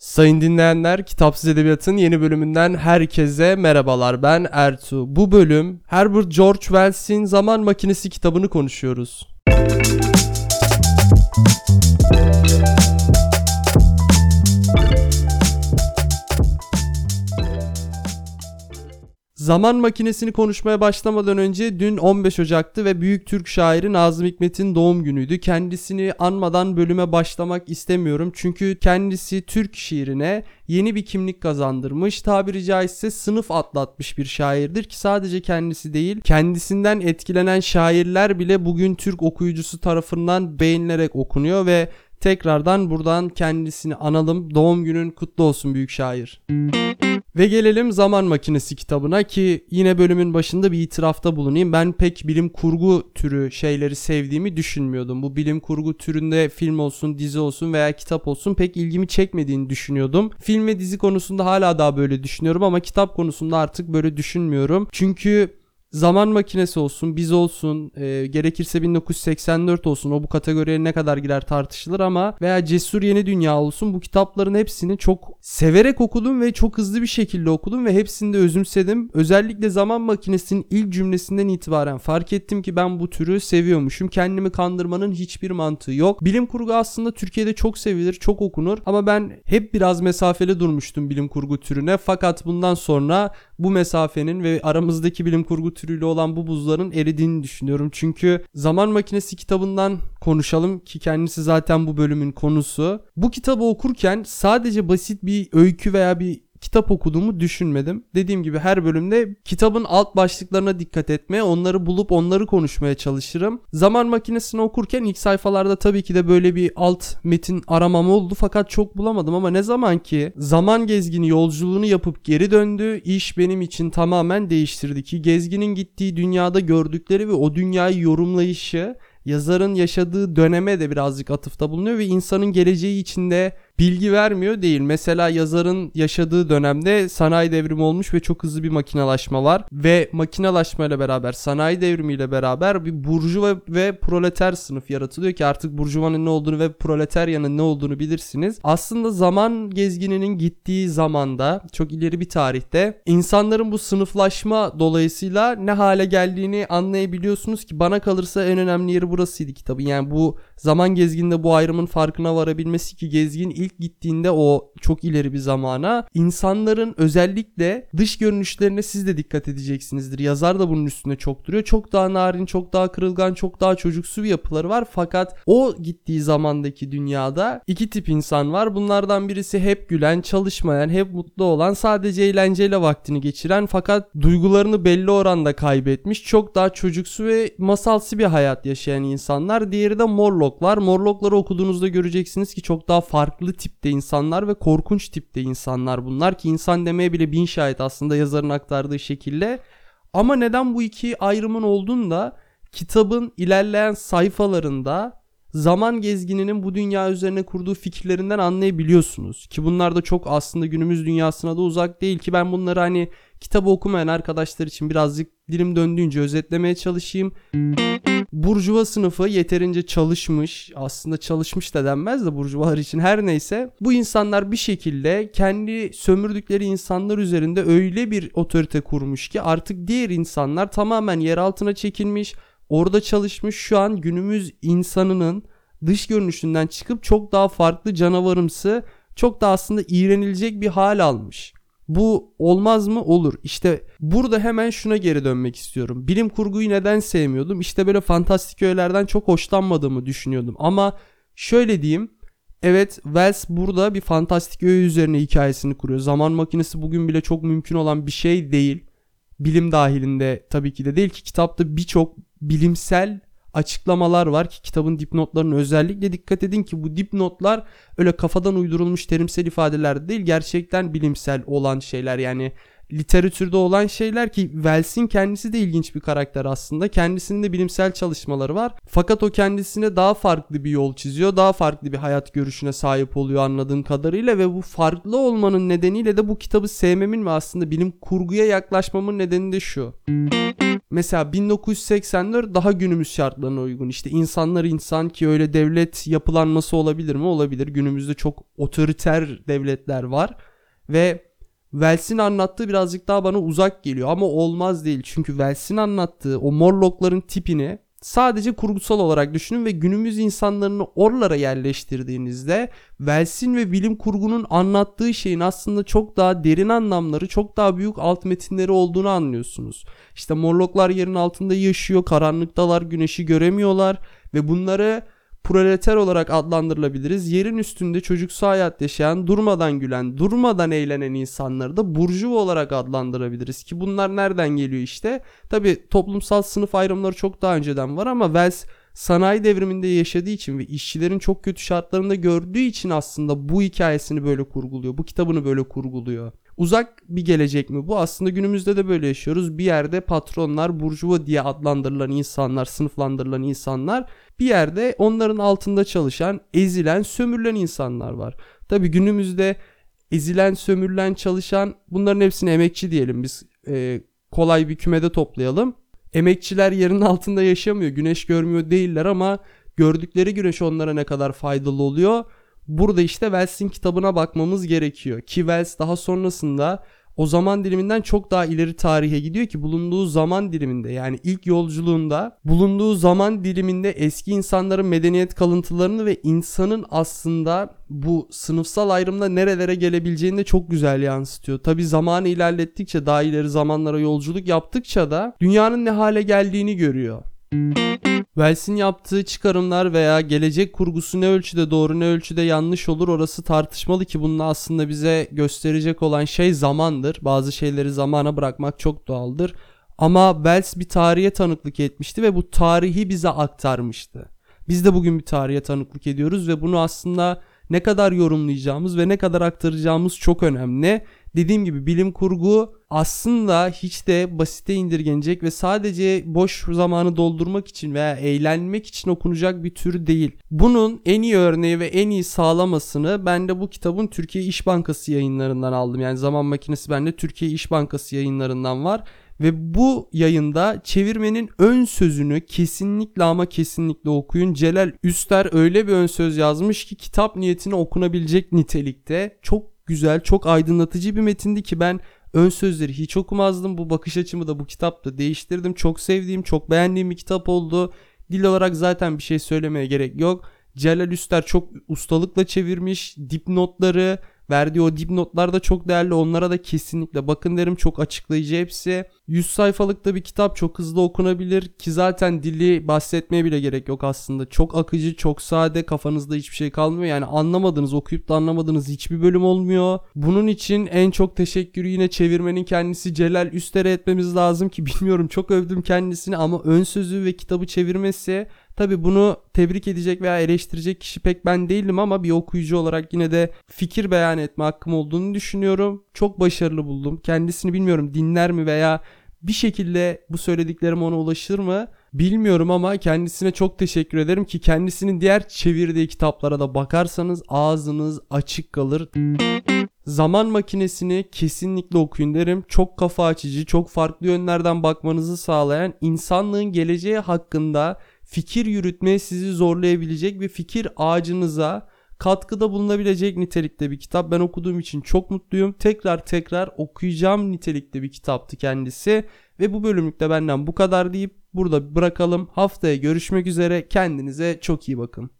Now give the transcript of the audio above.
Sayın dinleyenler, Kitapsız Edebiyat'ın yeni bölümünden herkese merhabalar. Ben Ertuğ. Bu bölüm Herbert George Wells'in Zaman Makinesi kitabını konuşuyoruz. Zaman Makinesi'ni konuşmaya başlamadan önce dün 15 Ocak'tı ve büyük Türk şairi Nazım Hikmet'in doğum günüydü. Kendisini anmadan bölüme başlamak istemiyorum. Çünkü kendisi Türk şiirine yeni bir kimlik kazandırmış. Tabiri caizse sınıf atlatmış bir şairdir ki sadece kendisi değil, kendisinden etkilenen şairler bile bugün Türk okuyucusu tarafından beğenilerek okunuyor ve tekrardan buradan kendisini analım. Doğum günün kutlu olsun büyük şair. Ve gelelim Zaman Makinesi kitabına ki yine bölümün başında bir itirafta bulunayım. Ben pek bilim kurgu türü şeyleri sevdiğimi düşünmüyordum. Bu bilim kurgu türünde film olsun, dizi olsun veya kitap olsun pek ilgimi çekmediğini düşünüyordum. Film ve dizi konusunda hala daha böyle düşünüyorum ama kitap konusunda artık böyle düşünmüyorum. Çünkü Zaman Makinesi olsun, Biz olsun, gerekirse 1984 olsun, o bu kategoriye ne kadar girer tartışılır ama veya Cesur Yeni Dünya olsun, bu kitapların hepsini çok severek okudum ve çok hızlı bir şekilde okudum ve hepsini de özümsedim. Özellikle Zaman Makinesi'nin ilk cümlesinden itibaren fark ettim ki ben bu türü seviyormuşum. Kendimi kandırmanın hiçbir mantığı yok. Bilim kurgu aslında Türkiye'de çok sevilir, çok okunur ama ben hep biraz mesafeli durmuştum bilim kurgu türüne. Fakat bundan sonra bu mesafenin ve aramızdaki bilim kurgu türüyle olan bu buzların eridiğini düşünüyorum. Çünkü Zaman Makinesi kitabından konuşalım ki kendisi zaten bu bölümün konusu. Bu kitabı okurken sadece basit bir öykü veya bir kitap okuduğumu düşünmedim. Dediğim gibi her bölümde kitabın alt başlıklarına dikkat etmeye, onları bulup onları konuşmaya çalışırım. Zaman Makinesi'ni okurken ilk sayfalarda tabii ki de böyle bir alt metin aramam oldu fakat çok bulamadım ama ne zaman ki zaman gezgini yolculuğunu yapıp geri döndü, iş benim için tamamen değiştirdi ki gezginin gittiği dünyada gördükleri ve o dünyayı yorumlayışı yazarın yaşadığı döneme de birazcık atıfta bulunuyor ve insanın geleceği içinde bilgi vermiyor değil. Mesela yazarın yaşadığı dönemde sanayi devrimi olmuş ve çok hızlı bir makinalaşma var. Ve makinalaşma ile beraber, sanayi devrimi ile beraber bir burjuva ve proleter sınıf yaratılıyor ki artık burjuvanın ne olduğunu ve proletaryanın ne olduğunu bilirsiniz. Aslında zaman gezgininin gittiği zamanda, çok ileri bir tarihte insanların bu sınıflaşma dolayısıyla ne hale geldiğini anlayabiliyorsunuz ki bana kalırsa en önemli yeri burasıydı kitabın. Yani bu zaman gezgininde bu ayrımın farkına varabilmesi ki gezgin ilk gittiğinde o çok ileri bir zamana insanların özellikle dış görünüşlerine siz de dikkat edeceksinizdir. Yazar da bunun üstüne çok duruyor. Çok daha narin, çok daha kırılgan, çok daha çocuksu bir yapıları var. Fakat o gittiği zamandaki dünyada iki tip insan var. Bunlardan birisi hep gülen, çalışmayan, hep mutlu olan, sadece eğlenceyle vaktini geçiren fakat duygularını belli oranda kaybetmiş, çok daha çocuksu ve masalsı bir hayat yaşayan insanlar. Diğeri de Morlocklar. Morlockları okuduğunuzda göreceksiniz ki çok daha farklı tipte insanlar ve korkunç tipte insanlar bunlar ki insan demeye bile bin şahit aslında yazarın aktardığı şekilde. Ama neden bu iki ayrımın olduğunu da kitabın ilerleyen sayfalarında zaman gezgininin bu dünya üzerine kurduğu fikirlerinden anlayabiliyorsunuz. Ki bunlar da çok aslında günümüz dünyasına da uzak değil ki ben bunları hani kitabı okumayan arkadaşlar için birazcık dilim döndüğünce özetlemeye çalışayım. Burjuva sınıfı yeterince çalışmış, aslında çalışmış da denmez de burjuvalar için her neyse. Bu insanlar bir şekilde kendi sömürdükleri insanlar üzerinde öyle bir otorite kurmuş ki artık diğer insanlar tamamen yer altına çekilmiş, orada çalışmış. Şu an günümüz insanının dış görünüşünden çıkıp çok daha farklı, canavarımsı, çok daha aslında iğrenilecek bir hal almış. Bu olmaz mı? Olur. İşte burada hemen şuna geri dönmek istiyorum. Bilim kurguyu neden sevmiyordum? İşte böyle fantastik öğelerden çok hoşlanmadığımı düşünüyordum. Ama şöyle diyeyim. Evet, Wells burada bir fantastik öğe üzerine hikayesini kuruyor. Zaman makinesi bugün bile çok mümkün olan bir şey değil. Bilim dahilinde tabii ki de değil ki kitapta birçok bilimsel açıklamalar var ki kitabın dipnotlarına özellikle dikkat edin ki bu dipnotlar öyle kafadan uydurulmuş terimsel ifadeler değil, gerçekten bilimsel olan şeyler. Yani literatürde olan şeyler ki Wells'in kendisi de ilginç bir karakter aslında. Kendisinin de bilimsel çalışmaları var. Fakat o kendisine daha farklı bir yol çiziyor. Daha farklı bir hayat görüşüne sahip oluyor anladığım kadarıyla ve bu farklı olmanın nedeniyle de bu kitabı sevmemin ve aslında bilim kurguya yaklaşmamın nedeni de şu. Mesela 1984 daha günümüz şartlarına uygun. İşte insanlar insan ki öyle devlet yapılanması olabilir mi? Olabilir. Günümüzde çok otoriter devletler var ve Wells'in anlattığı birazcık daha bana uzak geliyor ama olmaz değil. Çünkü Wells'in anlattığı o Morlock'ların tipini sadece kurgusal olarak düşünün ve günümüz insanlarını oralara yerleştirdiğinizde Wells'in ve bilim kurgunun anlattığı şeyin aslında çok daha derin anlamları, çok daha büyük alt metinleri olduğunu anlıyorsunuz. İşte Morlocklar yerin altında yaşıyor, karanlıktalar, güneşi göremiyorlar ve bunları proleter olarak adlandırılabiliriz. Yerin üstünde çocuksu hayat yaşayan, durmadan gülen, durmadan eğlenen insanları da burjuva olarak adlandırabiliriz. Ki bunlar nereden geliyor işte? Tabii toplumsal sınıf ayrımları çok daha önceden var ama Wells sanayi devriminde yaşadığı için ve işçilerin çok kötü şartlarında gördüğü için aslında bu hikayesini böyle kurguluyor. Bu kitabını böyle kurguluyor. Uzak bir gelecek mi bu? Aslında günümüzde de böyle yaşıyoruz. Bir yerde patronlar, burjuva diye adlandırılan insanlar, sınıflandırılan insanlar, bir yerde onların altında çalışan, ezilen, sömürülen insanlar var. Tabii günümüzde ezilen, sömürülen, çalışan, bunların hepsini emekçi diyelim biz. Kolay bir kümede toplayalım. Emekçiler yerin altında yaşamıyor, güneş görmüyor değiller ama gördükleri güneş onlara ne kadar faydalı oluyor? Burada işte Wells'in kitabına bakmamız gerekiyor. Ki Wells daha sonrasında o zaman diliminden çok daha ileri tarihe gidiyor ki bulunduğu zaman diliminde, yani ilk yolculuğunda bulunduğu zaman diliminde eski insanların medeniyet kalıntılarını ve insanın aslında bu sınıfsal ayrımda nerelere gelebileceğini de çok güzel yansıtıyor. Tabi zamanı ilerlettikçe, daha ileri zamanlara yolculuk yaptıkça da dünyanın ne hale geldiğini görüyor. Wells'in yaptığı çıkarımlar veya gelecek kurgusu ne ölçüde doğru ne ölçüde yanlış olur orası tartışmalı ki bunun aslında bize gösterecek olan şey zamandır. Bazı şeyleri zamana bırakmak çok doğaldır. Ama Wells bir tarihe tanıklık etmişti ve bu tarihi bize aktarmıştı. Biz de bugün bir tarihe tanıklık ediyoruz ve bunu aslında ne kadar yorumlayacağımız ve ne kadar aktaracağımız çok önemli. Dediğim gibi bilim kurgu aslında hiç de basite indirgenecek ve sadece boş zamanı doldurmak için veya eğlenmek için okunacak bir tür değil. Bunun en iyi örneği ve en iyi sağlamasını ben de bu kitabın Türkiye İş Bankası yayınlarından aldım. Yani Zaman Makinesi bende Türkiye İş Bankası yayınlarından var. Ve bu yayında çevirmenin ön sözünü kesinlikle ama kesinlikle okuyun. Celal Üster öyle bir ön söz yazmış ki kitap niyetine okunabilecek nitelikte. Çok güzel, çok aydınlatıcı bir metindi ki ben ön sözleri hiç okumazdım. Bu bakış açımı da bu kitapta değiştirdim. Çok sevdiğim, çok beğendiğim bir kitap oldu. Dil olarak zaten bir şey söylemeye gerek yok. Celal Üster çok ustalıkla çevirmiş. Dipnotları, verdiği o dipnotlar da çok değerli. Onlara da kesinlikle bakın derim. Çok açıklayıcı hepsi. 100 sayfalıkta bir kitap, çok hızlı okunabilir ki zaten dili bahsetmeye bile gerek yok aslında. Çok akıcı, çok sade, kafanızda hiçbir şey kalmıyor. Yani anlamadığınız, okuyup da anlamadığınız hiçbir bölüm olmuyor. Bunun için en çok teşekkürü yine çevirmenin kendisi Celal Üster'e etmemiz lazım ki bilmiyorum, çok övdüm kendisini ama ön sözü ve kitabı çevirmesi, tabi bunu tebrik edecek veya eleştirecek kişi pek ben değilim ama bir okuyucu olarak yine de fikir beyan etme hakkım olduğunu düşünüyorum. Çok başarılı buldum. Kendisini bilmiyorum dinler mi veya bir şekilde bu söylediklerim ona ulaşır mı bilmiyorum ama kendisine çok teşekkür ederim ki kendisinin diğer çevirdiği kitaplara da bakarsanız ağzınız açık kalır. Zaman Makinesi'ni kesinlikle okuyun derim. Çok kafa açıcı, çok farklı yönlerden bakmanızı sağlayan, insanlığın geleceği hakkında fikir yürütmeye sizi zorlayabilecek ve fikir ağacınıza katkıda bulunabilecek nitelikte bir kitap. Ben okuduğum için çok mutluyum. Tekrar okuyacağım nitelikte bir kitaptı kendisi. Ve bu bölümlükte benden bu kadar deyip burada bırakalım. Haftaya görüşmek üzere. Kendinize çok iyi bakın.